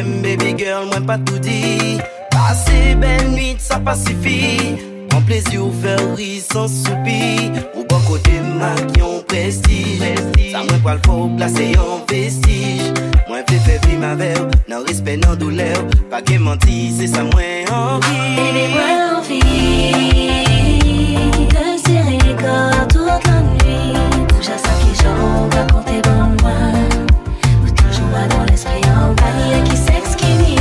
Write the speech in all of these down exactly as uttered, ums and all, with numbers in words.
baby girl, moi pas tout dit. Passer belle nuit, ça pacifie. En plaisir ou faire rire sans soupir. Ou bon côté ma qui ont prestige. Ça moi pas le faut placer en vestige. Moi fais faire vivre ma verre, non respect, non douleur. Pas que mentir, c'est ça moi envie. Baby, moi envie de serrer les corps toute la nuit. Bouge à ça qui joue, va compter bon moi. Ou toujours là dans l'esprit en bas, qui s'exquille.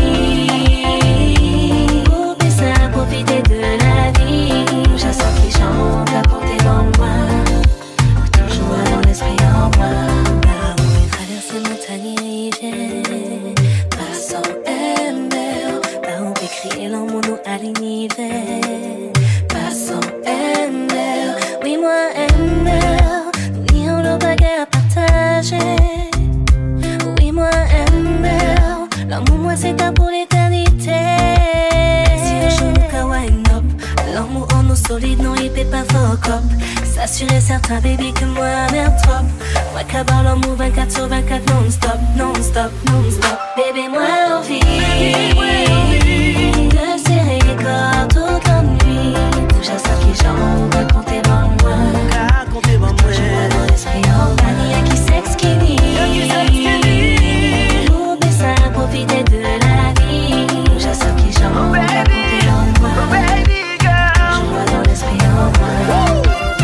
Pour baisser, profiter de la vie. Bouge à ça qui joue, va compter bon moi. Ou toujours là dans l'esprit en moi. Bah, on va traverser montagne et rivière. Passons M R. Bah, on peut crier l'amour nous à l'univers. Passons M R. Oui, moi M R. Oui, on a bagarre à partager. Oui, moi M R. L'amour, moi, c'est ta pour l'éternité. Si le jour nous kawaii up, l'amour en nous solide, non, il peut pas fuck up. S'assurer certain, baby, que moi, merde trop. Moi, cabal l'amour vingt-quatre sur vingt-quatre, non-stop, non-stop, non-stop. Baby, moi, envie de serrer les corps toute la nuit. Bouge à ça qui chante, racontez bon moi. Racontez bon moi. Je vois dans l'esprit en bas, qui s'exquille. Pour baisser, profiter de la vie. Bouge à ça qui chante, racontez bon moi. Je vois dans l'esprit en bas.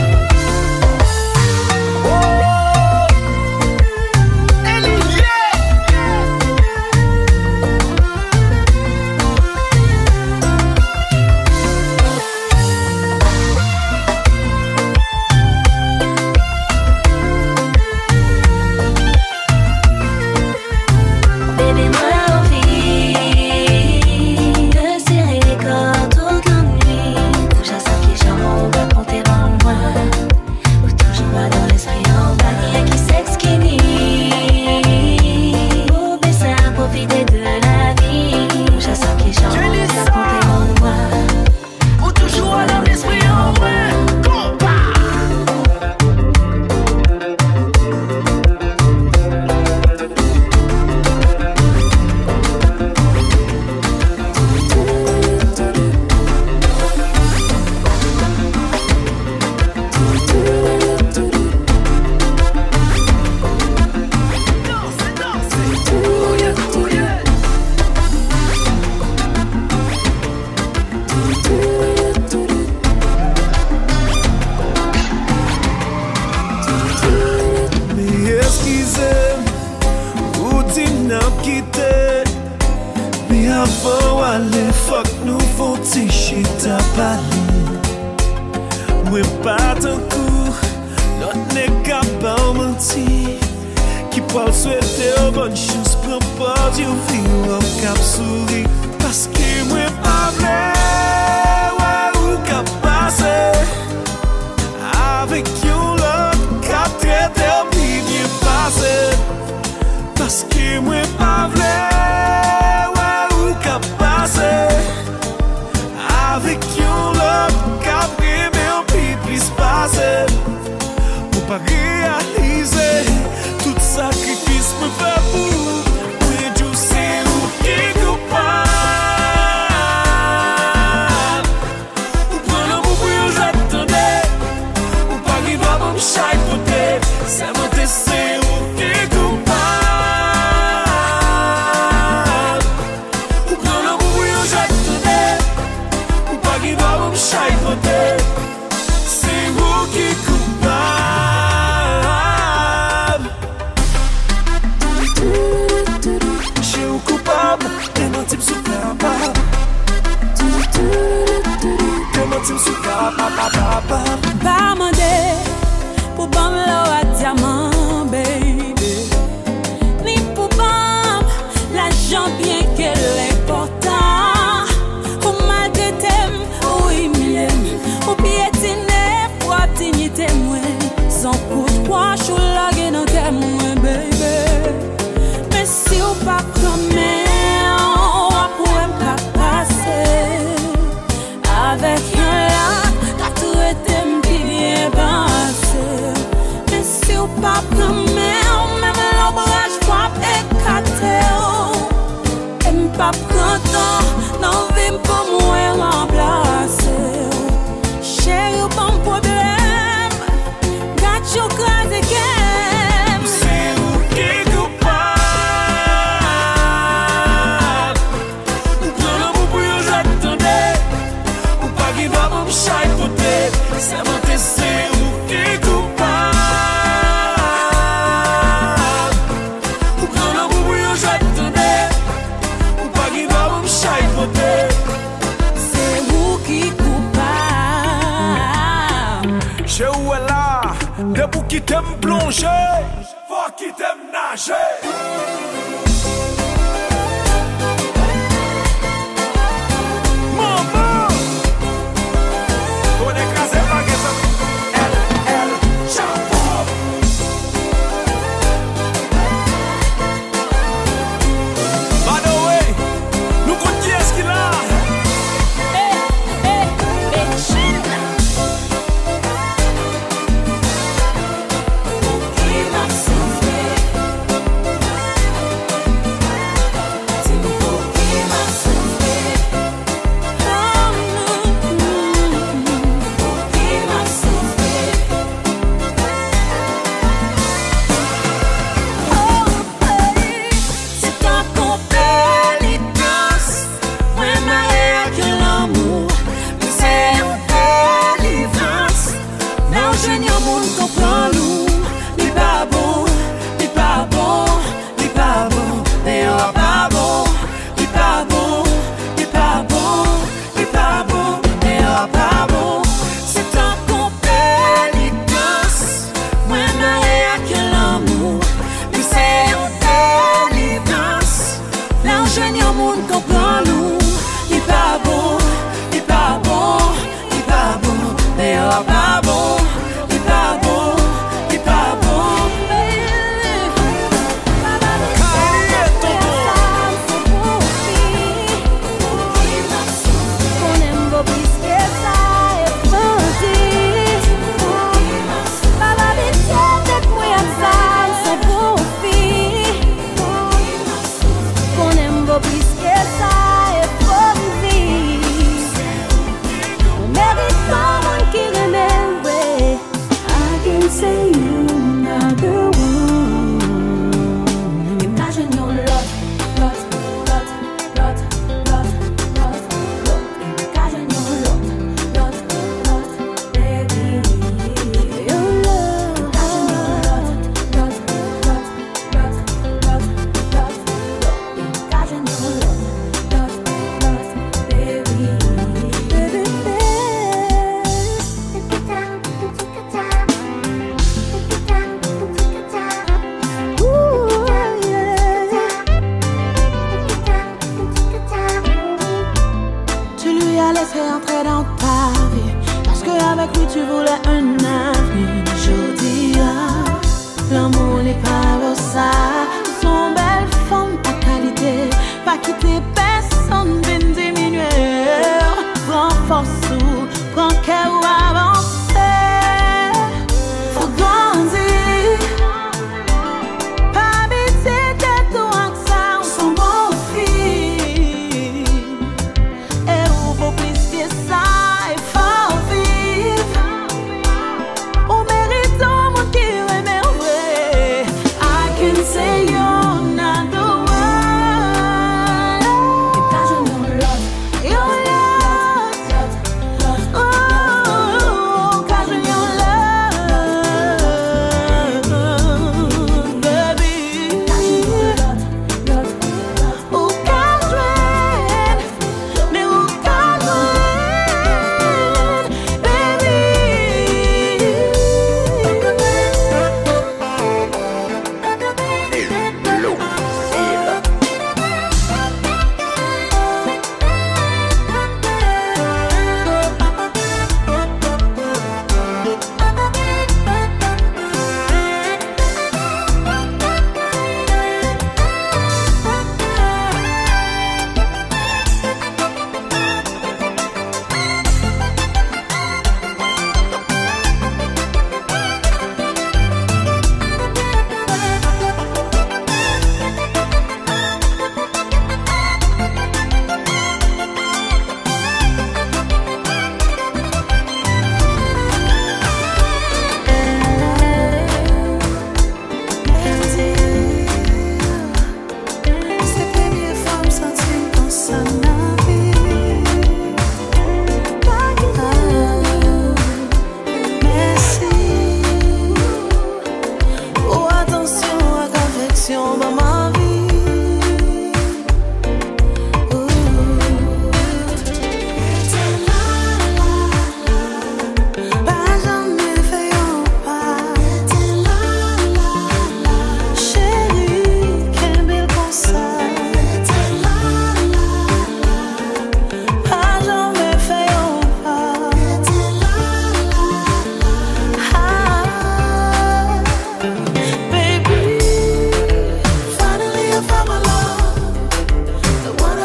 Pas mandé pour bam l'eau à diamant, baby. Ni pour bam l'argent bien qu'elle est important. Pour maltraiter, oui, m'aime. Pour piétiner, pour dignité, moi. Sans coup de poing, je suis là, dans tes mains, baby. Mais si ou pas comme on va pouvoir me passer avec un là. Se o papo não meu, mesmo l'ombrage pop éclaté. qui t'aime plonger, faut qui t'aime nager. Say you're not the one.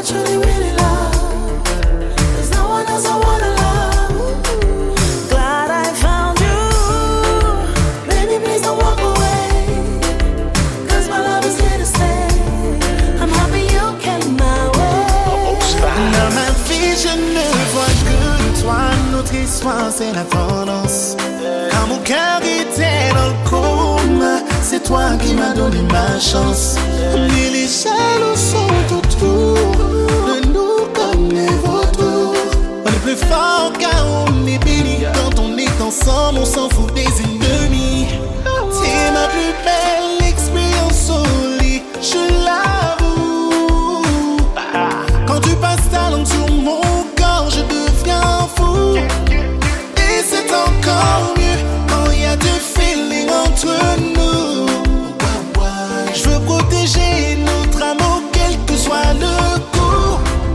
truly really love. There's no one else I wanna love. Glad I found you. Baby, please don't walk away. Cause my love is here to stay. I'm happy you came my way. Dans ma vie, je ne vois que toi. Notre histoire, c'est la tendance. Quand mon cœur était dans le coma, c'est toi qui m'as donné ma chance. Mais les jaloux sont autour de nous comme des vautours. On est plus fort car on est béni. Quand on est ensemble, on s'en fout des ennemis. C'est ma plus belle expérience au lit, je l'avoue. Quand tu passes ta langue sur mon corps, je deviens fou. Et c'est encore mieux quand il y a du feeling entre nous. Je veux protéger notre amour, quel que soit le coup.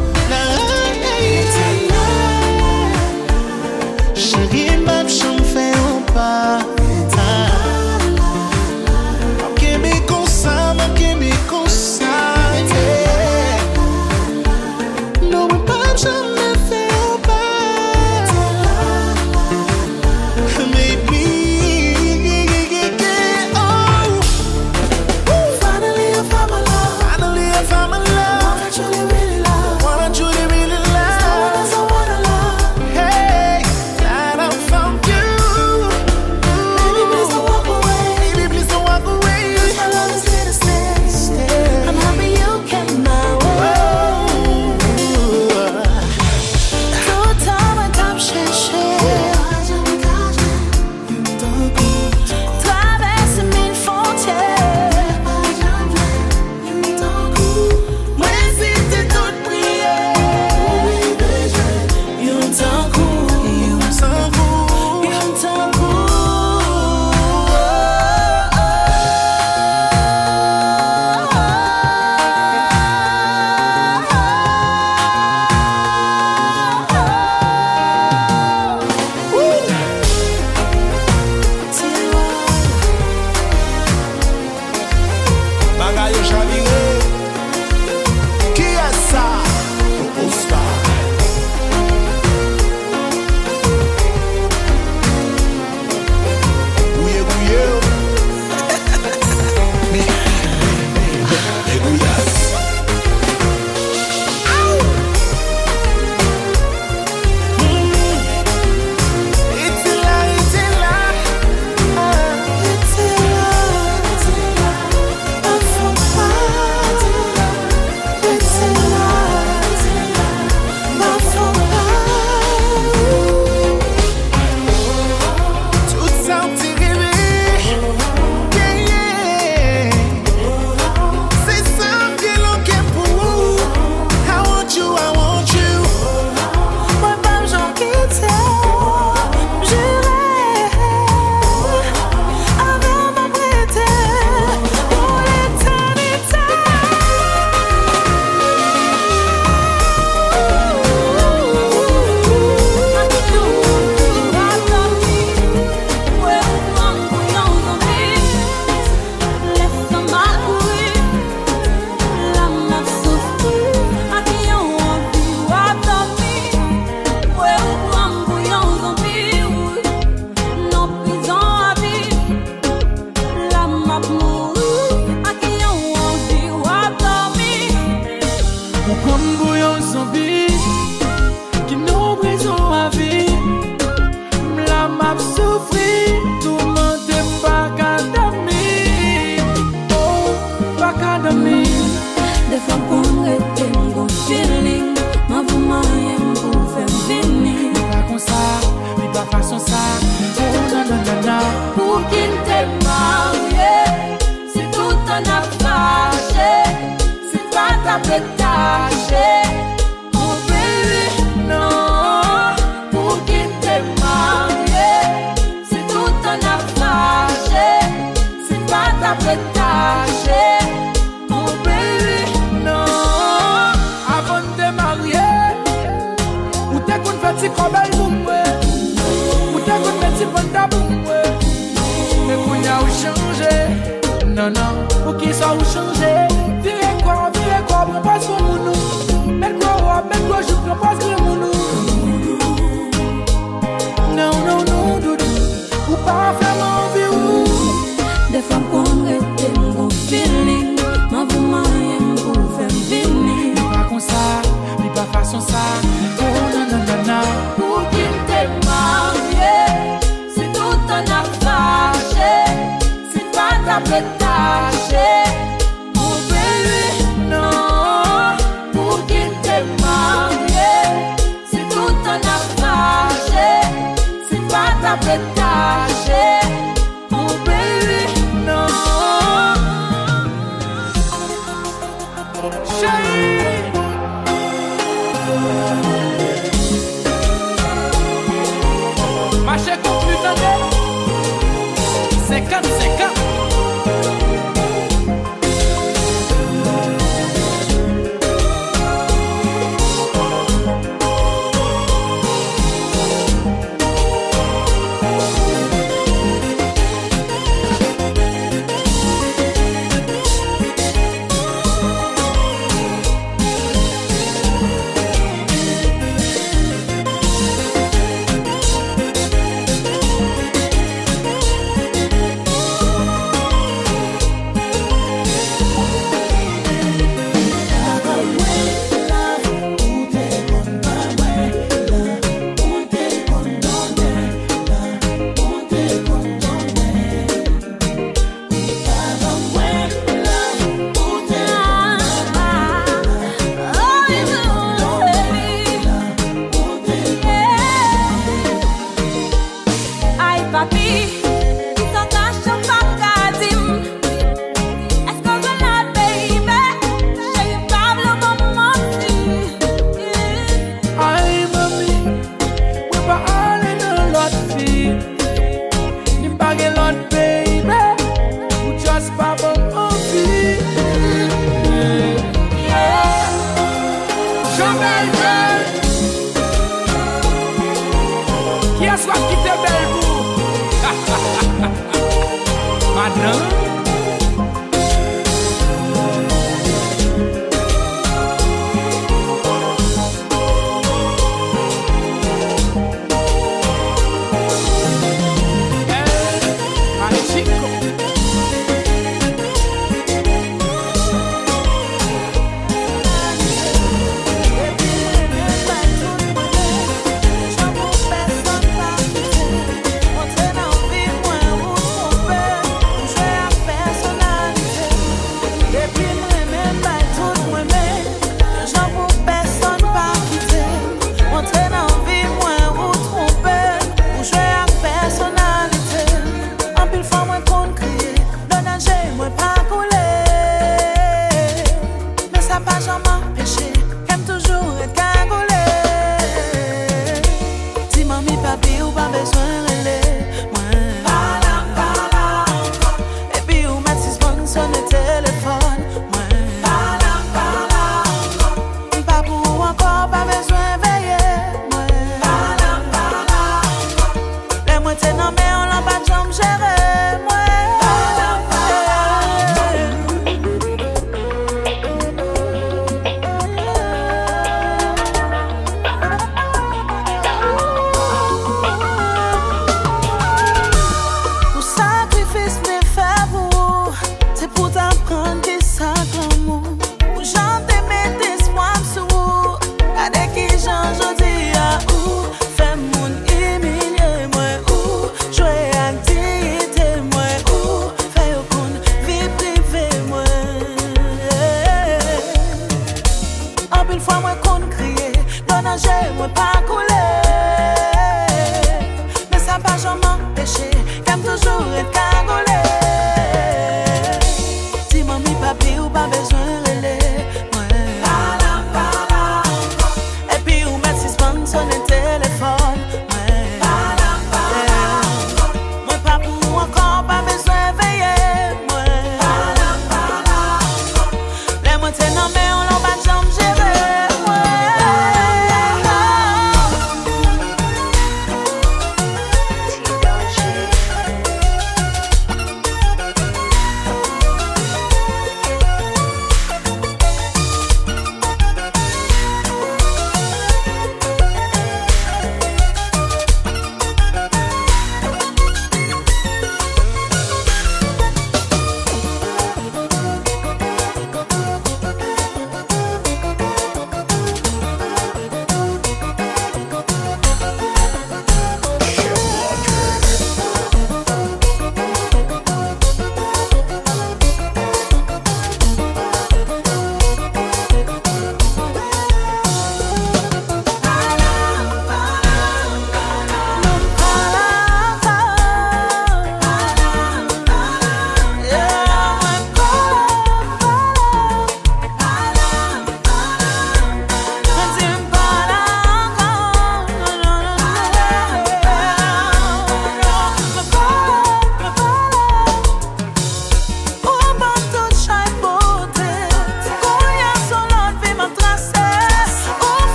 Chérie, ma chambre fait un pas. Ok, mais comme ça, ok, mais comme ça. Non, mais pas jamais fait un pas. Non, non, pour qu'il soit ou changer. Virez quoi, virez quoi, bon pas sur nous. Qui a soit quitté Bellevue? Madame.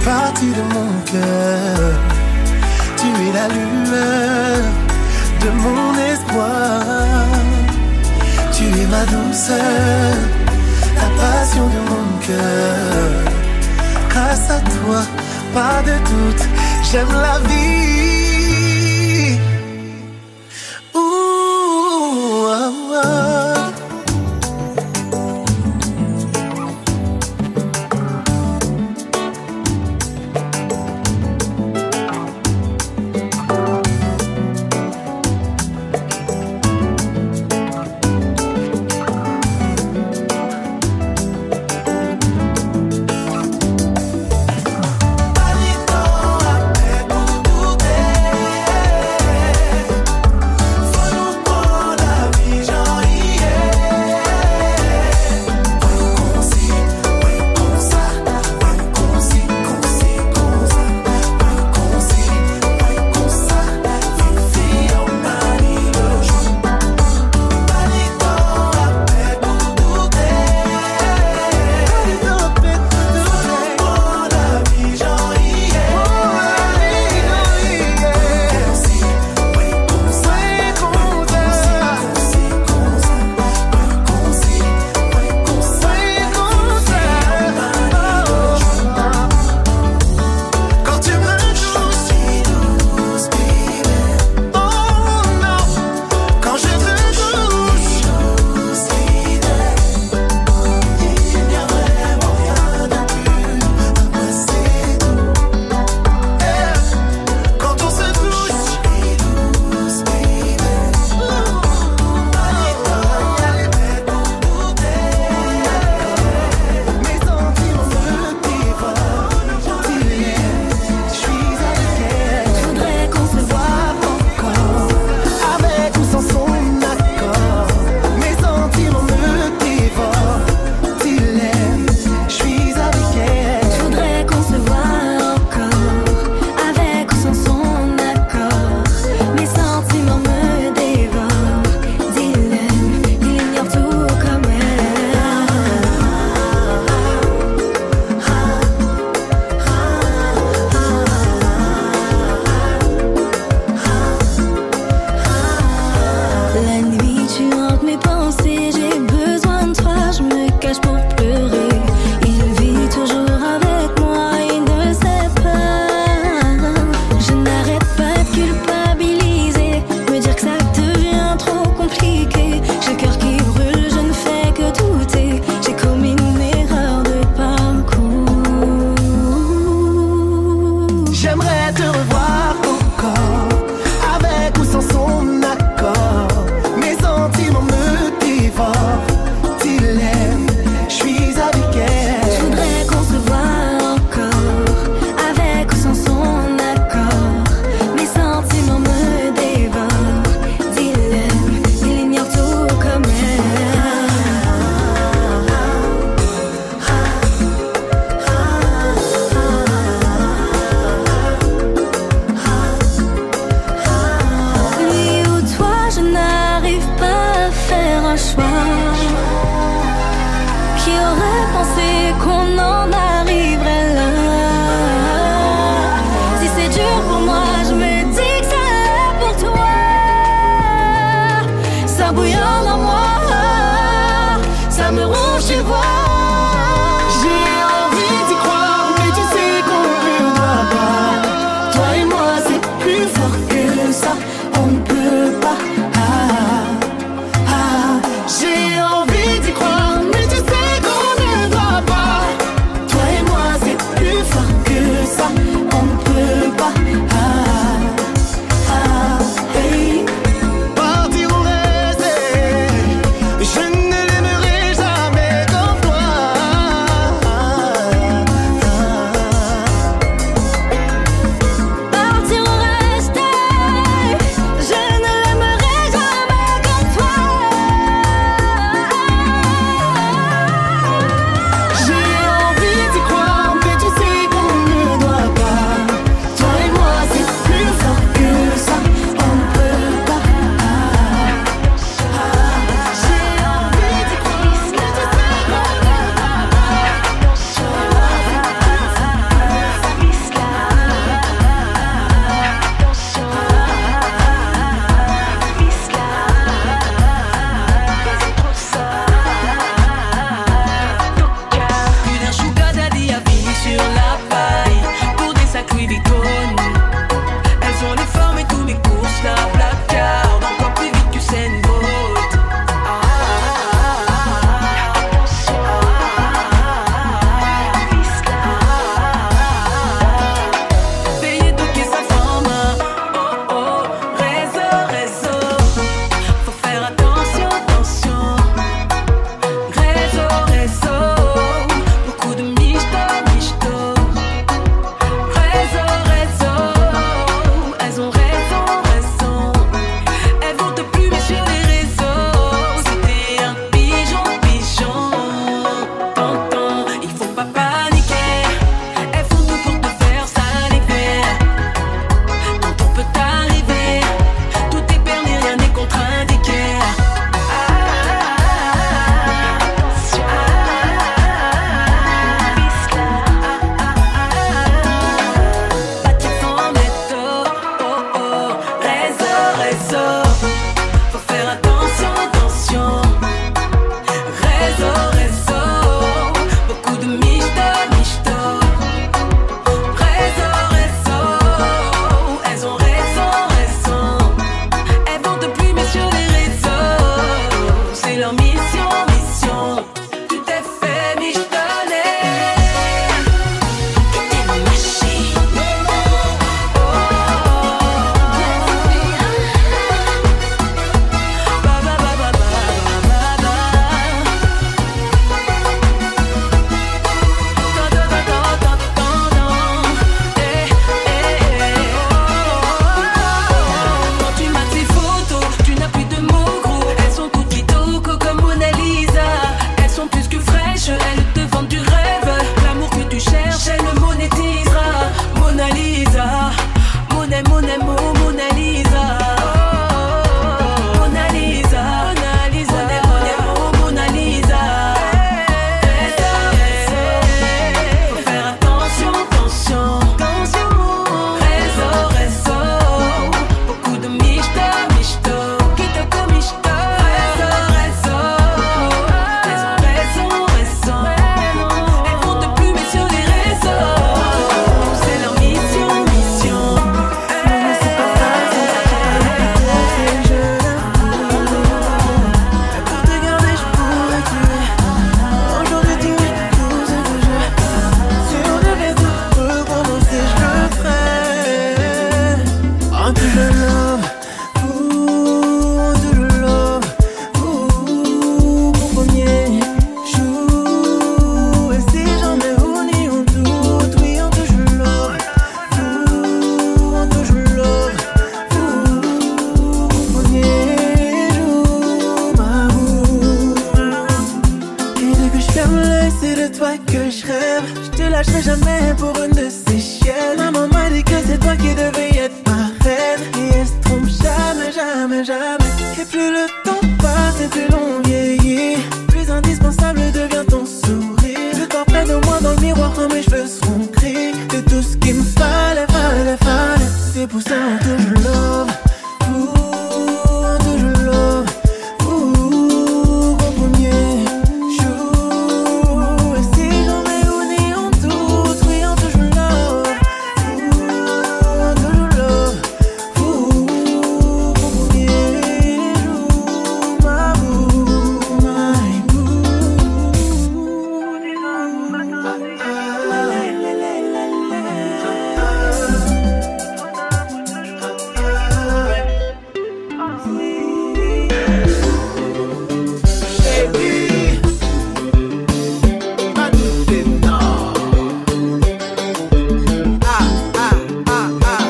partie de mon cœur. Tu es la lueur de mon espoir. Tu es ma douceur, la passion de mon cœur. Grâce à toi, pas de doute, j'aime la vie. Ouh, oh, oh. Palito, apè pou tout Money, money, mo- Mona Lisa. Mona Lisa, Mona Lisa. Money, money, mo- Mona Lisa. Faut faire attention, attention, attention. Réseau, réseau. Beaucoup de michto, michto. Qui te comme michto. Réseau, réseau. Raison, raison, raison. Elles vont te plumer sur les réseaux. C'est leur mission, mission. Mais c'est pas facile. Je pour te garder, je pourrais tuer. Aujourd'hui, tu es tout ce que je. Si on devait tout recommencer, je le ferais. On te je love, ouh, on te je love, ouh, pour premier joue. Et si j'en ai on y on doute, oui, on te je love, ouh, on te je love, ouh, pour premier jour, ma boue. Et dès que je ferme l'œil, c'est de toi que je rêve. Je te lâcherai jamais pour une de ces chiennes. Maman m'a dit que c'est toi qui devais être ma reine. Et elle se trompe jamais, jamais, jamais. Et plus le temps passe et plus l'on vieillit, plus indispensable devient ton sourire. Le corps près de moi dans le miroir quand mes cheveux seront gris. C'est tout ce qu'il me fallait, fallait, fallait. C'est pour ça on te je love, ouh, on te je love, ouh, au premier jour. Et si j'en ai ou ni on doute, oui on te je love, ouh, on te je love, ouh, au premier jour, ma boo, my boo. Baby, I do it now. Ah, ah, ah, ah.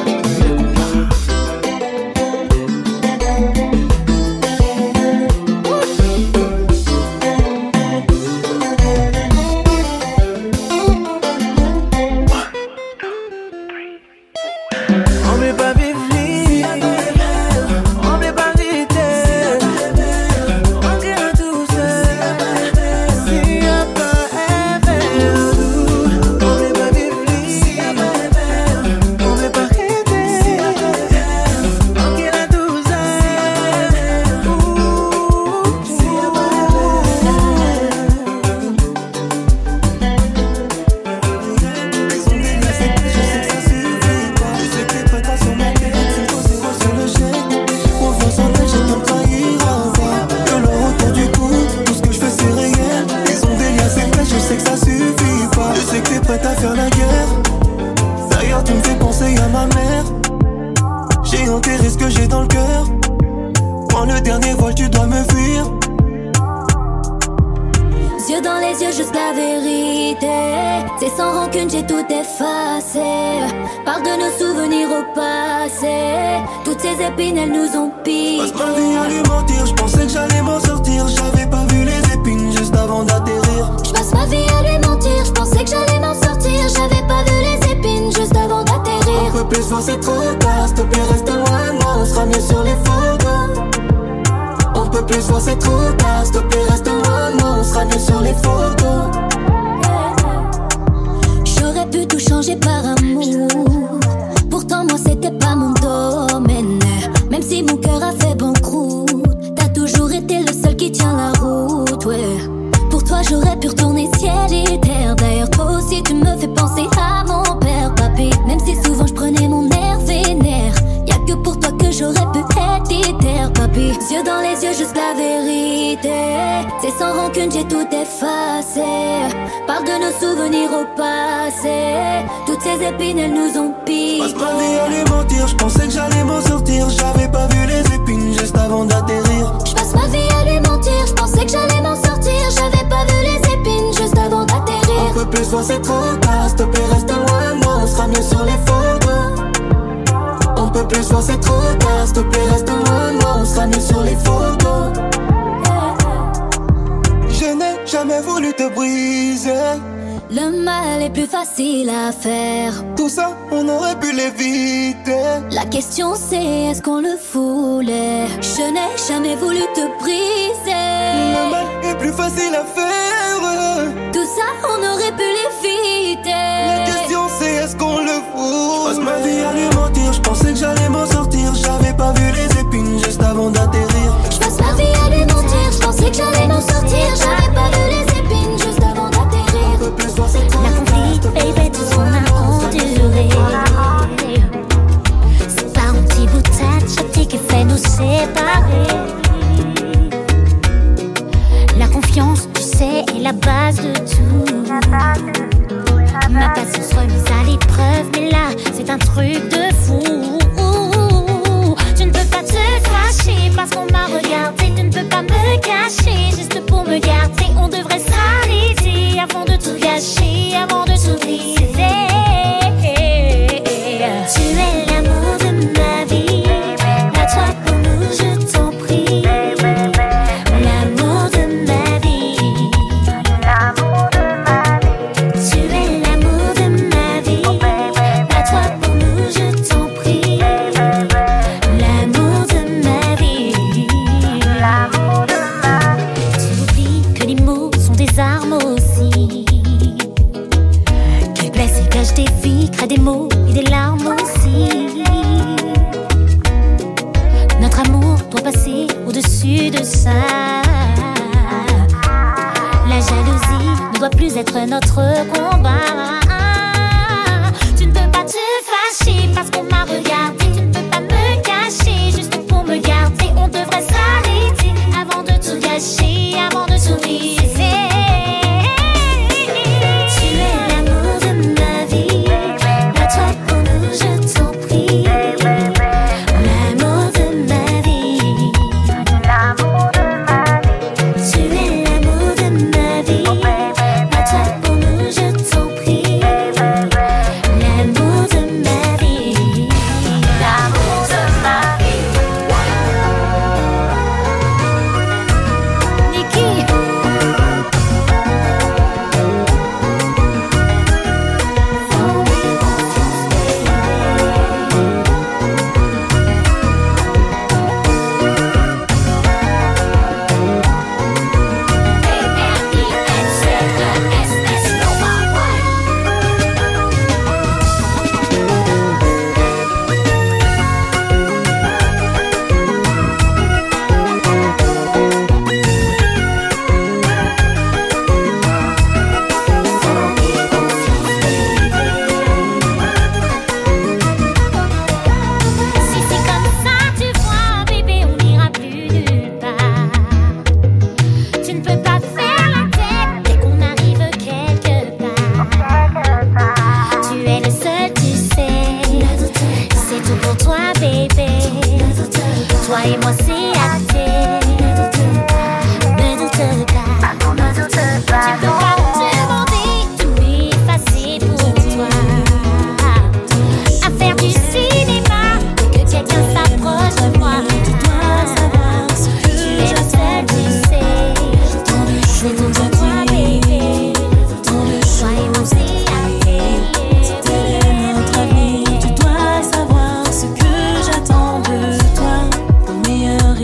On peut pas vivre libre, on peut pas vivre, on tient tout seul. S'il y a pas effet, on peut pas vivre libre, on peut pas arrêter, on tient tout seul. Ouh, s'il y a pas à faire la guerre. D'ailleurs tu me fais penser à ma mère. J'ai enterré ce que j'ai dans le cœur. Prends le dernier vol, tu dois me fuir. Yeux dans les yeux, juste la vérité. C'est sans rancune, j'ai tout effacé. Parle de nos souvenirs au passé. Toutes ces épines, elles nous ont piqué. Passe ma vie à lui mentir, je pensais que j'allais m'en sortir. J'avais pas vu les épines juste avant d'atterrir. Je passe ma vie à lui mentir, je pensais que j'allais m'en sortir. J'avais pas vu les épines juste avant d'atterrir. On peut plus voir, c'est trop tard, s'il te plaît reste loin de moi, on sera mieux sur les photos. On peut plus voir, c'est trop tard, s'il te plaît reste loin de moi, on sera mieux sur les photos. J'aurais pu tout changer par amour, pourtant moi c'était pas mon domaine. Même si mon cœur a fait banqueroute, t'as toujours été le seul qui tient la route, ouais. Pour toi j'aurais pu retourner ciel et terre. D'ailleurs toi aussi tu me fais penser à mon père, papy. Même si souvent je prenais mon air vénère, y'a que pour toi que j'aurais pu être terre, papy. Yeux dans les yeux, juste la vérité. C'est sans rancune, j'ai tout effacé. Parle de nos souvenirs au passé. Toutes ces épines, elles nous ont piqué. Passe ma vie à lui mentir, je pensais que j'allais m'en sortir. J'avais pas vu les épines juste avant d'atterrir. Je passe ma vie à lui mentir, je pensais que j'allais m'en sortir. J'avais pas vu les épines juste avant d'atterrir. On peut plus voir, c'est trop tard, s'il te plaît reste loin de moi, on sera mieux sur les photos. On peut plus voir, c'est trop tard, s'il te plaît reste loin de moi, on sera mieux sur les photos. Je n'ai jamais voulu te briser. Le mal est plus facile à faire. Tout ça, on aurait pu l'éviter. La question c'est est-ce qu'on le voulait? Je n'ai jamais voulu te briser. Le mal est plus facile à faire. Tout ça, on aurait pu l'éviter. La question c'est est-ce qu'on le voulait? Passe ma vie à lui mentir, je pensais que j'allais m'en sortir. J'avais pas vu les épines juste avant d'atterrir. Je passe ma vie à lui mentir, je pensais que j'allais m'en sortir. J'avais pas vu les épines juste avant d'atterrir. La conflit, baby, tout ce qu'on a enduré. C'est pas un petit bout de tête qui fait nous séparer. La confiance, tu sais, est la base de tout. Ma patience remise à l'épreuve, mais là, c'est un truc de fou. Tu ne peux pas te fâcher parce qu'on m'a regardé. Tu ne peux pas me cacher juste pour me garder. On devrait s'arrêter avant de tout gâcher, avant de tout briser. Tu es l'amour de ma vie. À toi pour nous, je t'en prie. L'amour de ma vie. L'amour de ma vie. Tu es l'amour de ma vie. À toi pour nous, je t'en prie. L'amour de ma vie. L'amour de ma vie. Tu oublies que les mots sont des armes aussi. Qu'ils blessent et cachent des vies, créent des mots et des larmes aussi. Notre amour doit passer au-dessus de ça. La jalousie ne doit plus être notre combat. Tu ne peux pas te fâcher parce qu'on m'a regardé. Tu ne peux pas me cacher juste pour me garder. On devrait s'arrêter avant de tout gâcher, avant de tout briser. Tu es l'amour de ma vie. À toi pour nous, je t'en prie. L'amour de ma vie. L'amour de ma vie. Tu es l'amour de ma vie. À toi pour nous, je t'en prie. L'amour de ma vie. L'amour de ma vie. Nikki. Si c'est comme ça, tu vois, bébé, on n'ira plus nulle part. Tu ne peux pas faire la tête dès qu'on arrive quelque part. Tu es le seul, tu sais. C'est tout pour toi, bébé. Toi et moi, c'est acté. Ne doute pas, ne doute pas. Tu peux pas demander tout effacer pour toi. À faire du cinéma, que quelqu'un s'approche de moi. Tu dois savoir ce que tu es le seul, tu sais. C'est tout pour toi, bébé. Toi et moi, c'est acté. C'était notre avenir. Tu dois savoir ce que j'attends de toi. Pour le meilleur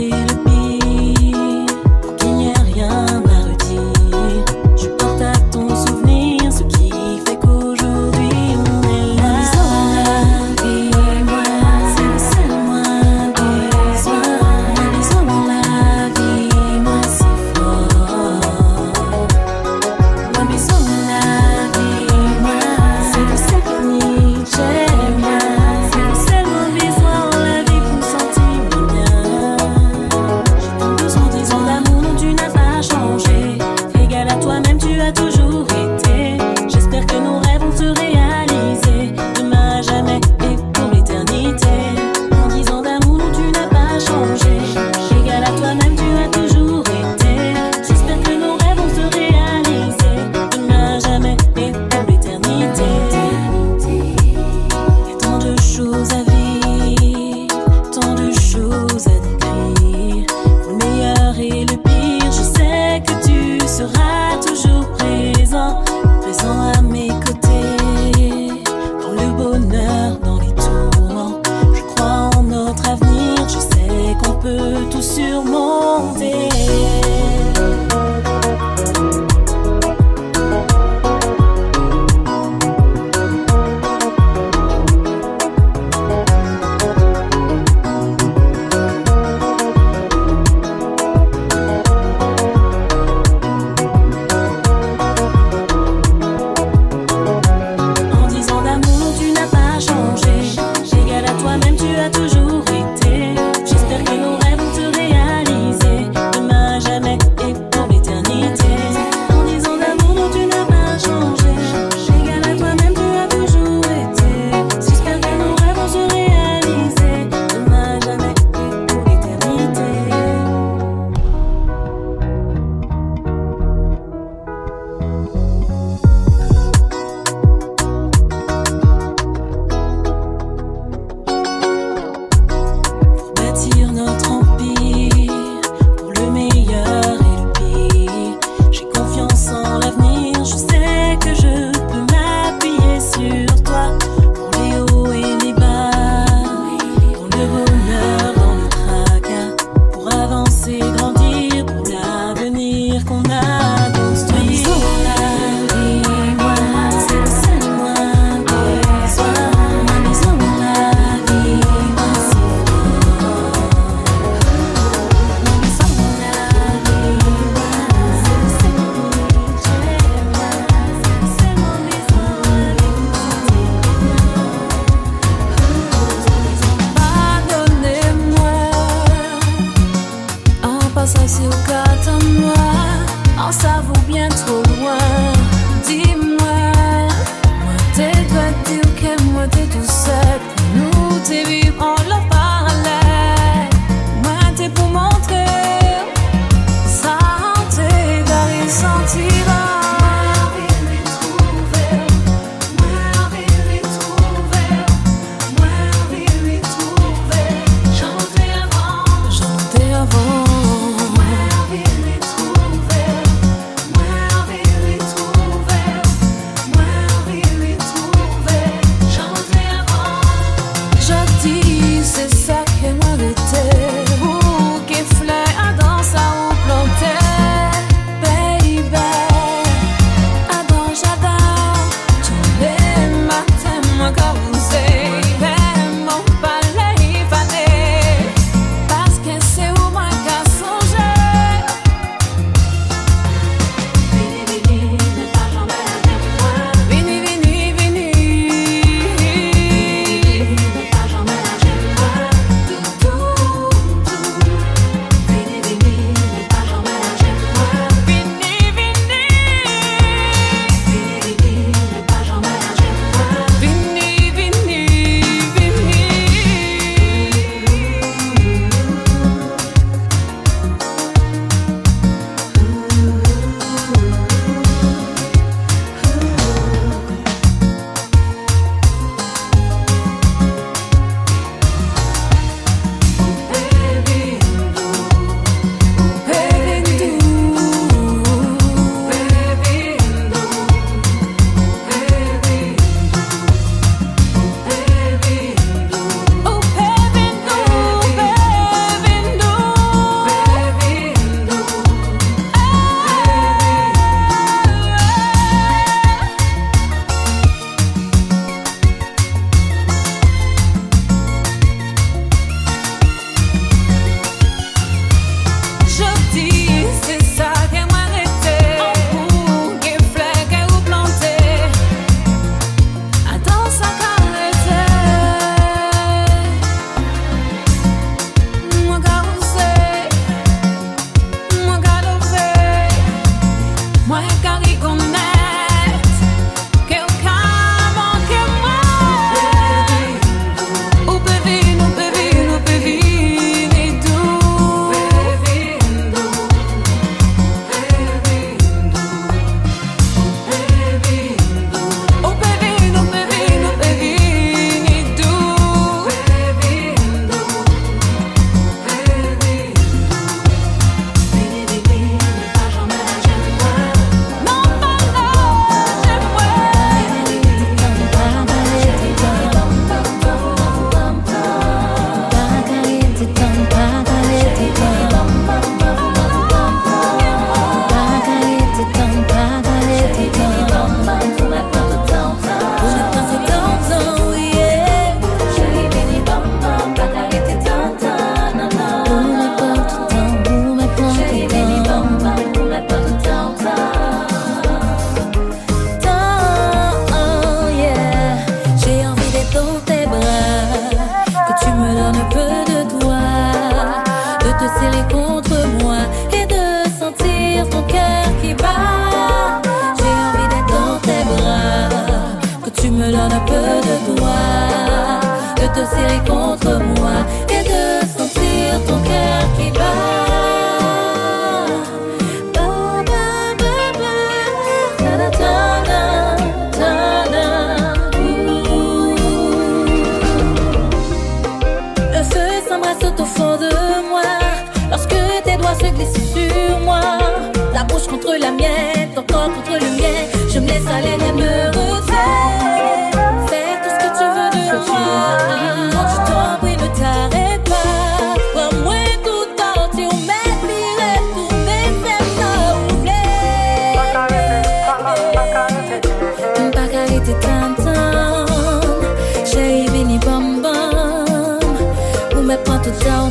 moi t'es tout seul. Nous t'es vivre en leur parallèle. Moi t'es pour montrer. Ça t'es garé sentira.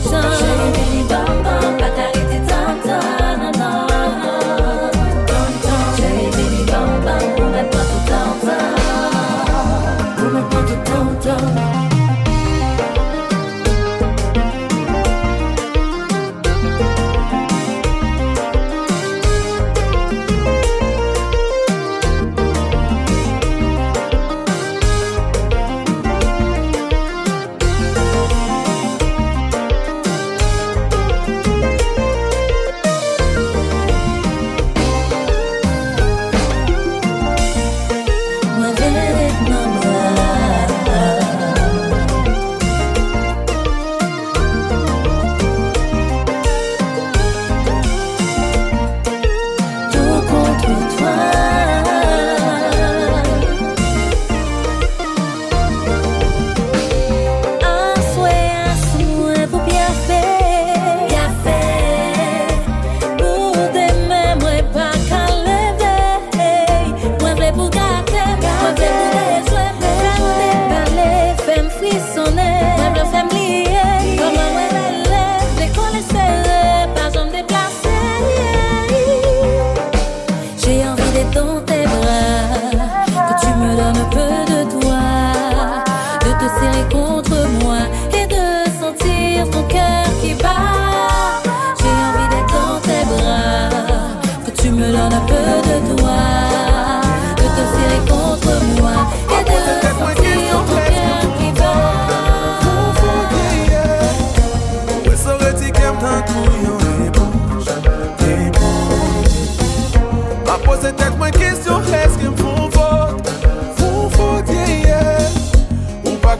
Bam bam, pas t'arrêter tant, tant, non, non.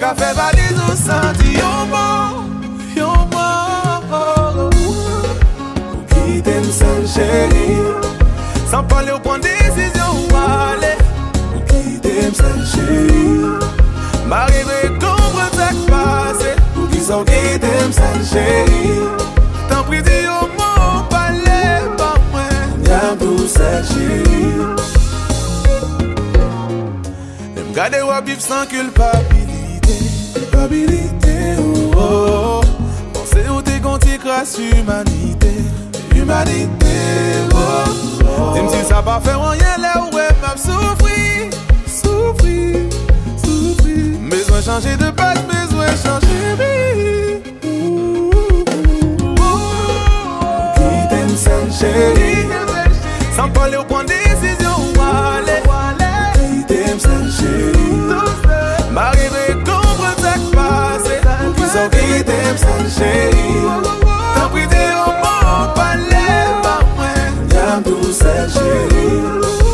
qu'à faire valise ou senti yon mot, yon mot. Qui t'aime seul chérie, sans parler au point de décision où aller. Qui t'aime seul chérie, m'arriver comprendre ça qui passe. Qui sont qui t'aime seul chérie, t'en prie dis au mot, parler pas moi. Y'a tout seul chérie. Gardez ou vivre sans culpabilité, culpabilité, oh oh. Pensez où t'es gonti grâce humanité, humanité, oh oh. Dis-moi si ça pas fait rien là où elle m'a souffri, souffri, souffri. Besoin changer de passe, besoin changer vie. Qui t'aime seul chérie, sans parler au point de décision où aller. M'arriver comprendre ça qui passe. Qui sont qui t'aiment seul chérie, t'en prie dis au mot, parler pas moi. Y'a tout seul chérie.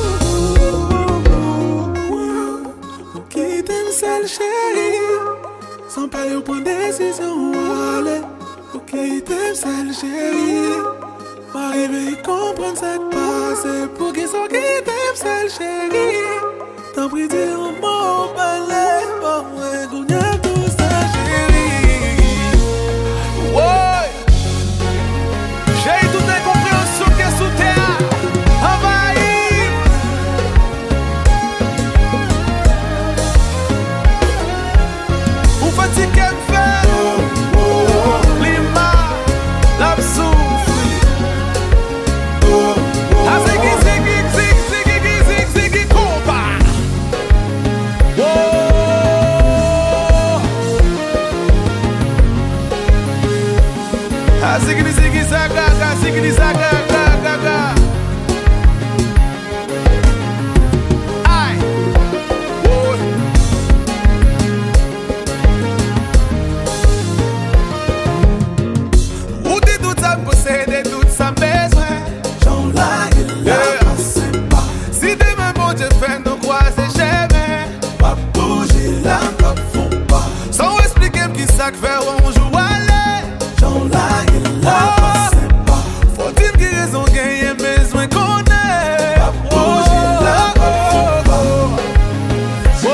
Qui t'aime seul chérie, sans parler au point de décision où aller. Qui t'aime seul chérie, m'arriver comprendre ça qui passe. Pour qui sont qui t'aiment seul chérie, t'en prie dis au mot, parler pas moi. Y'a tout ça chérie. Ouais, j'ai toute incompréhension qui est sous terre envahi. Ou fatigué me fait l'ima, la souffle. Ah c'est qui, c'est qui, c'est qui, c'est qui, c'est qui, c'est qui combat. Ziggy ziggy zaga ga, ziggy zaga ga ga ga. Aïe, oh. Où t'es tout ça possède, tout ça besoin. J'en like là, c'est pas. Si demain bon Dieu fait nous croiser jamais, pas bouger là, pas fond pas. Sans expliquer qui ça que fait on joue aller. J'en like. Oh, faut-il qu'il raison gagner besoin qu'on ait. Pas bouger là, pas fond pas. Oh,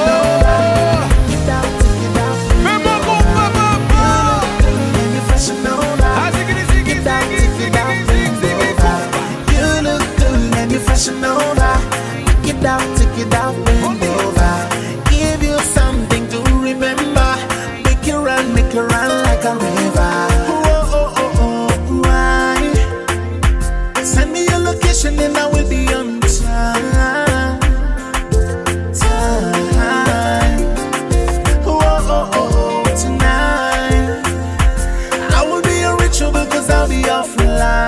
fais-moi comprendre, papa. Ah, ziggy, ziggy, ziggy, ziggy, ziggy. You look good and you're fresh and all that. Take it out, take it out, bend over. Give you something to remember. Make it run, make it run like a river. And I will be on time, time. Oh, oh, oh, oh, tonight I will be unreachable cause I'll be offline.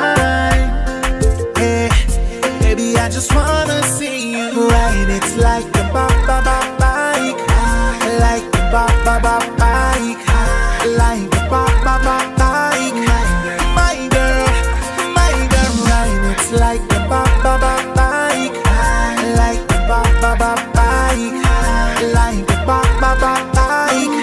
Hey, baby, I just wanna see you ride it like a ba-ba-ba bike, like a ba-ba-ba bike, like a ba-ba-ba bike. My girl, my girl, ride it like a ba-ba-ba bike, like a ba-ba-ba bike, like a ba-ba-ba bike.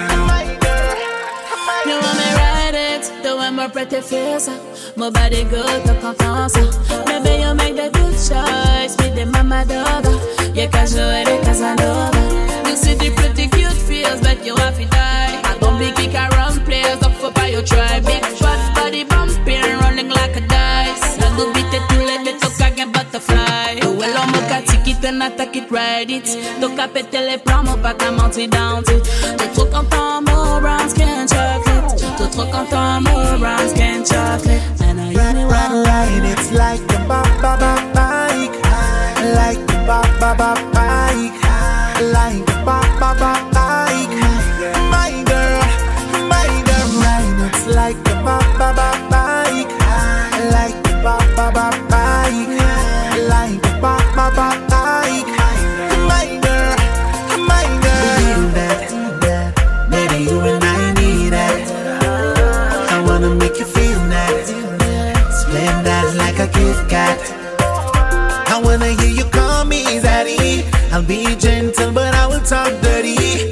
You want me ride it, the way my pretty face, my body good, the confiance. Maybe you make the good choice, with the mama dog. You can show it in Casanova. You see the pretty cute feels, but you have to die. I don't be kick around players up for you try. Big fat body bumping, running like a dice. I go beat it to let it talk again butterfly. Well, I'm a ticket and attack it, ride it. Donc à péter les plans, mon pas qu'à mentir down it. T'es trop content, more brown skin chocolate. T'es trop content, more brown skin chocolate. And I ride, ride, ride it like a ba-ba-ba bike, like a ba-ba-ba bike, like a ba-ba-ba bike. My girl, my girl, ride it like a ba-ba-ba bike, like a ba-ba-ba bike, like a ba-ba-ba bike. My girl, my girl, feel that, that, baby, you and I need that. I wanna make you feel that, spend that like a gift card. I wanna hear you call me daddy. I'll be gentle, but I will talk dirty.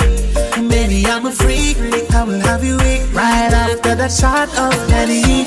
shot, shot of Henny.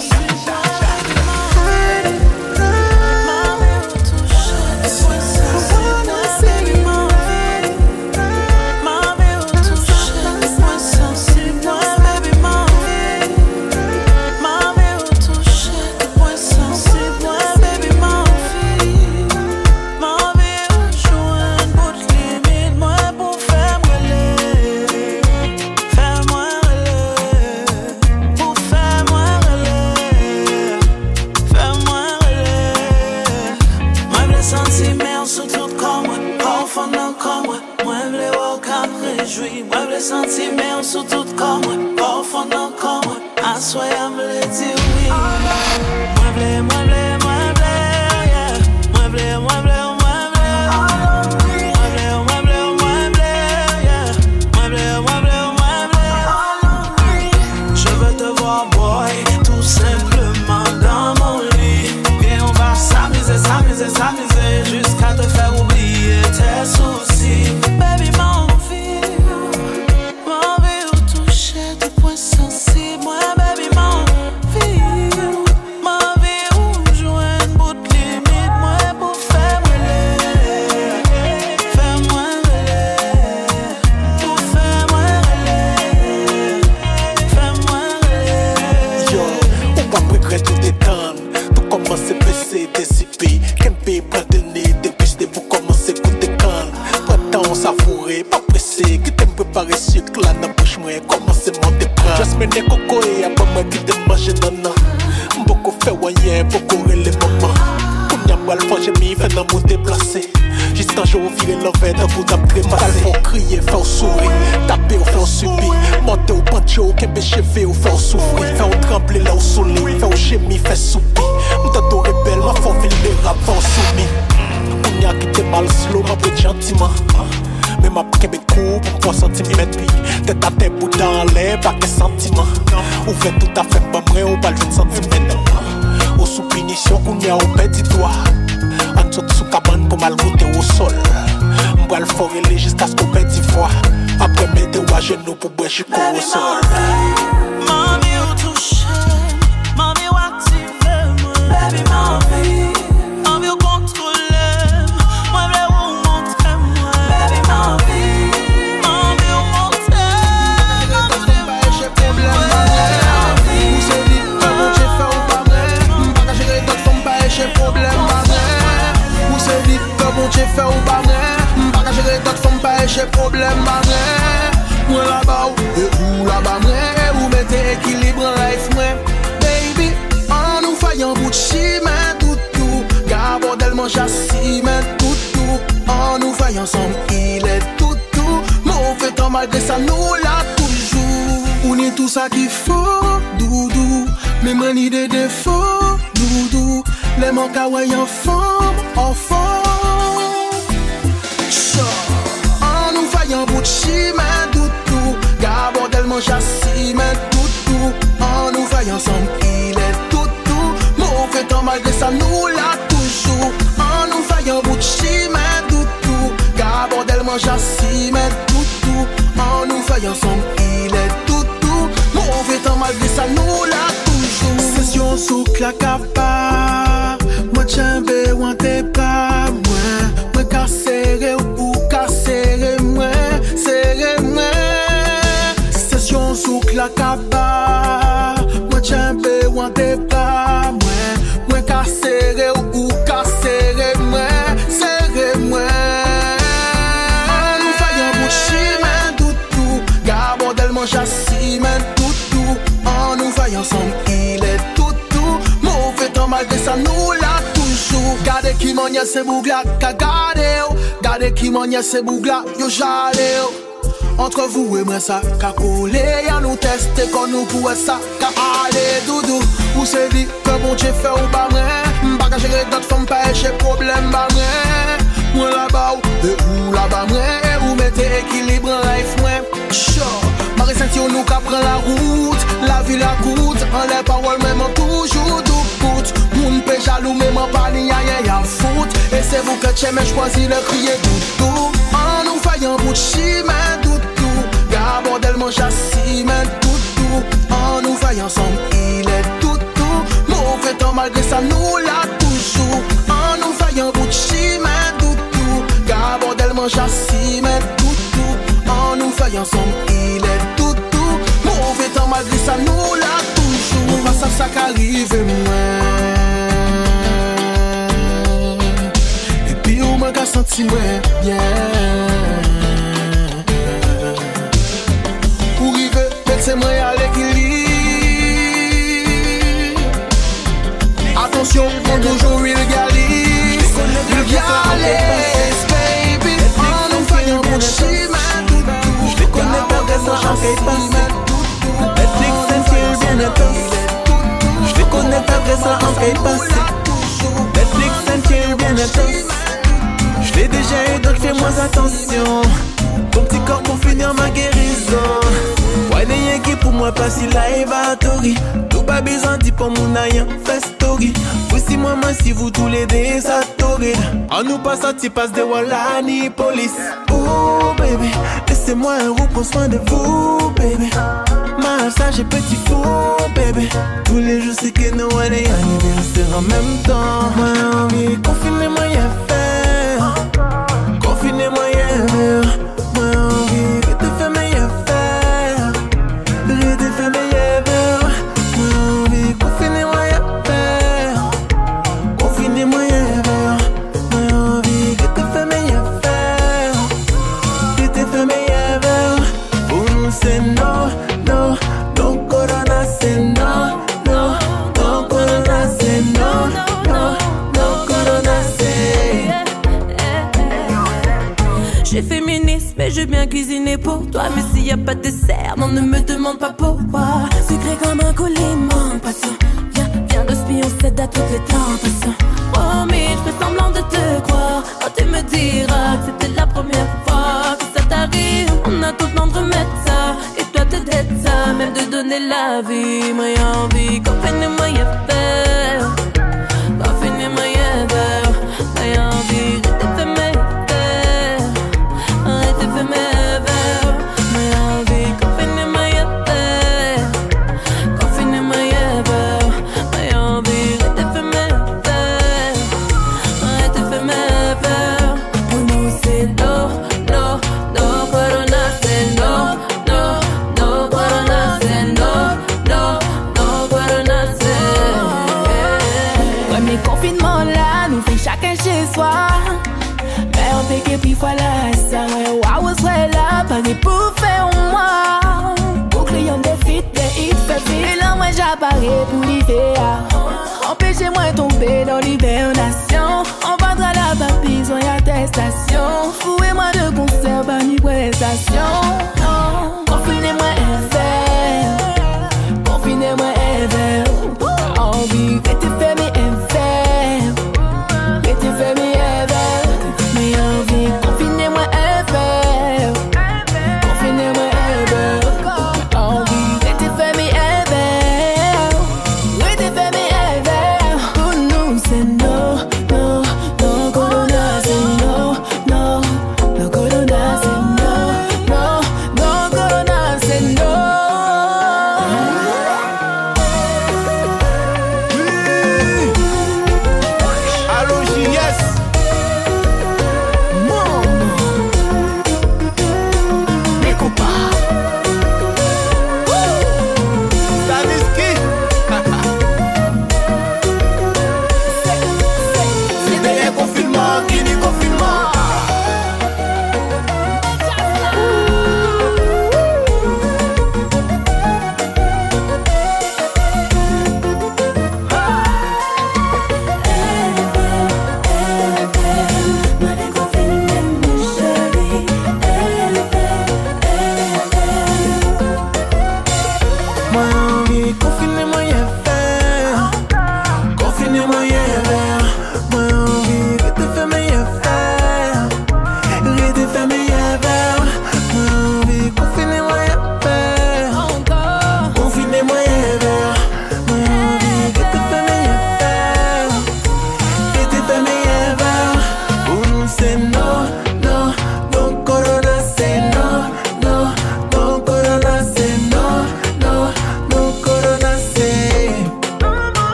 Sentiments sous tout corps, au fond d'un corps, à soi, je me dire oui. Moi, blé, moi, blé, moi, blé, yeah. Moi, blé, moi, blé, moi, blé. Moi, blé, moi, blé, moi, blé, yeah. Moi, blé, moi, blé, moi, blé. Je veux te voir, boy, tout simplement dans mon lit. Viens, on va s'amuser, s'amuser, s'amuser, jusqu'à te faire oublier tes soucis. Baby, mon Mene koko e abama ki te maje nana Mboko fe wanyen, mboko rele maman Kounya mwal fanje mi fè nan moun déplacé Juste un jour vire l'envers d'un bout d'après Mal fò kriye, fè ou souri Tape ou fè ou subi Monte ou panche ou kembe cheve ou fè ou soufri Fè ou tremble la ou soli Fè ou jemi, fè soupi M'tando rebelle, ma fò vil le rap fè ou soumi Kounya ki te mal slow, ma bride gentiment Mais ma kebe kou pou m'pon centimètre pi Tête à tête, bout dans l'air, pas que sentiment Ouvert tout à fait, m'bamre ou bal vingt centimètres Ou sous punition, kounya ou petit doigt En saute sous cabane pour mal goûter au sol M'boile fort et jusqu'à ce qu'on petit voix Après mettre à genoux pour boire chico au sol Mami ou touche, mami ou active moi Baby mami, mami ou contrôle Moi v'lè ou montre moi Baby mami, mami ou montre J'ai problème Ou se dit comment j'ai fait ou pas vrai M'pas gérer d'autres femmes pas j'ai problème Ou se dit comment j'ai fait ou pas vrai M'pas gérer d'autres femmes pas j'ai problème Moi là-bas et ou là-bas moi Ou mettez équilibre en life moi Baby, en nous faillant bout de chemin tout tout Car bordel mange assis mais tout tout En nous faillant ensemble il est tout tout Mauvais temps malgré ça nous l'a toujours On est tout ça qu'il faut doudou Mais moi ni des défauts doudou Les manques à ouais en forme en forme En nous faillant bout de chemin tout tout Car bordel mange assis mais tout tout En nous faillant ensemble il est tout tout Mauvais temps malgré ça nous l'a toujours En nous faillant bout de chemin tout tout Car bordel mange assis mais tout tout En nous faillant ensemble il est tout tout Mauvais temps malgré ça nous l'a toujours Session sous clacapa Moi tchambé ou en t'es pas moi Moi ka serré ou ka serré moi Serré moi Session sous clacapa Moi tchambé ou en t'es pas moi Moi ka serré ou ka serré moi Serré moi Nous faillant bout de chemin tout tout Car bordel mange assis mais tout tout En nous faillant ensemble il est tout tout Mauvais temps malgré ça nous l'a toujours Gardez qui m'en y'a c'est bougla Ka gardez Gardez qui m'en y'a c'est bougla Yo j'allais Entre vous et moi ça Ka collé Y'a nous tester qu'on nous pourrait ça Ka aller doudou Ou c'est dit que bon Dieu fait ou pas vrai M'pas qu'à gérer d'autres femmes pas j'ai problème pas vrai Moi là-bas ou et ou là-bas vrai Ou mettez équilibre en life moi Chaud Marie Saint-Yon nous qu'a prend la route La vie la coûte En les paroles même en toujours tout coûte Moun pe jaloux même en pas ni y'a y'a foot Et c'est vous que t'aimez choisi le crier tout tout En nous faillant bout de chemin tout tout Car bordel mange assis mais tout tout En nous faillant ensemble malgré ça nous l'a toujours. En nous faillant bout de chemin, tout tout. Gabondel mange assis, mais tout tout. En nous faillant ensemble, il est tout tout. Mauvais temps malgré ça nous l'a toujours. On va ça ça qu'arrive moi. Et puis on m'a senti moi bien. Pour river, c'est moi à l'équilibre. Attention, on toujours régalise. Régalise, baby. On nous fait un bon chemin. Je te connais pas de ça, j'en fais pas. Netflix and chill, bien intense. Je te connais pas de ça, j'en fais pas. Netflix and chill, bien intense. Je l'ai déjà eu, donc fais-moi attention. Ton petit corps pour finir ma guérison. Ouais, des Yankees pour moi, pas si live à Tori. Tout pas besoin dit pour mon aïe, fait story. Voici moi, moi, si vous tous les deux, ça torride. En nous passant, tu passes de Walla ni police. Oh, baby, laissez-moi un roux, prends soin de vous, baby. Ma sage et petit fou, baby. Tous les jours, c'est que nous, on est anniversaire en même temps. Moi, envie, confinez-moi, y'a faire. Confinez-moi, y'a faire. Moi, envie, que te fais meilleur faire. Que te fais meilleur faire. Moi, envie, confinez-moi, y'a faire. Confinez-moi, y'a faire. Moi, envie, que te fais meilleur faire. Que te fais meilleur faire. Pour nous, c'est non, non. Non, corona, c'est non, non. Non, corona, c'est non, non. Non, corona, c'est. Je suis féministe, mais je bien cuisiner pour toi. Mais s'il y a pas de dessert, non, ne me demande pas pourquoi. Sucré comme un coliment, patient. Viens, viens de spion, cède à toutes les tentations. Oh, mais je fais semblant de te croire. Oh, tu me diras que c'était la première fois que ça t'arrive. On a tout le temps de remettre ça. Et toi, te d'être ça, même de donner la vie. Moi, y'a envie, confinez-moi, y'a faire. Confinez-moi, y'a faire. Moi, y'a envie, je t'ai fait mes faire. Arrête de faire mes verres. Moi, y'a envie, confinez-moi, y'a faire. Confinez-moi, y'a faire. Moi, y'a envie, je t'ai fait mes faire. Arrête de faire mes verres. Pour nous, c'est l'eau, l'eau, l'eau, corona, c'est l'eau, l'eau, l'eau, corona, c'est l'eau, l'eau, l'eau, corona, c'est. Ouais, mais confinement là, nous fait chacun chez soi. Mais on fait que puis voilà, ça, waouh, on serait là, pas des pour faire moi. Pour client des fit, des hits, fait et là, moi j'apparais pour l'hiver. Empêchez-moi de tomber dans l'hibernation. On vendra la papille, sans attestation. Fouez-moi de concert, pas ni prestation.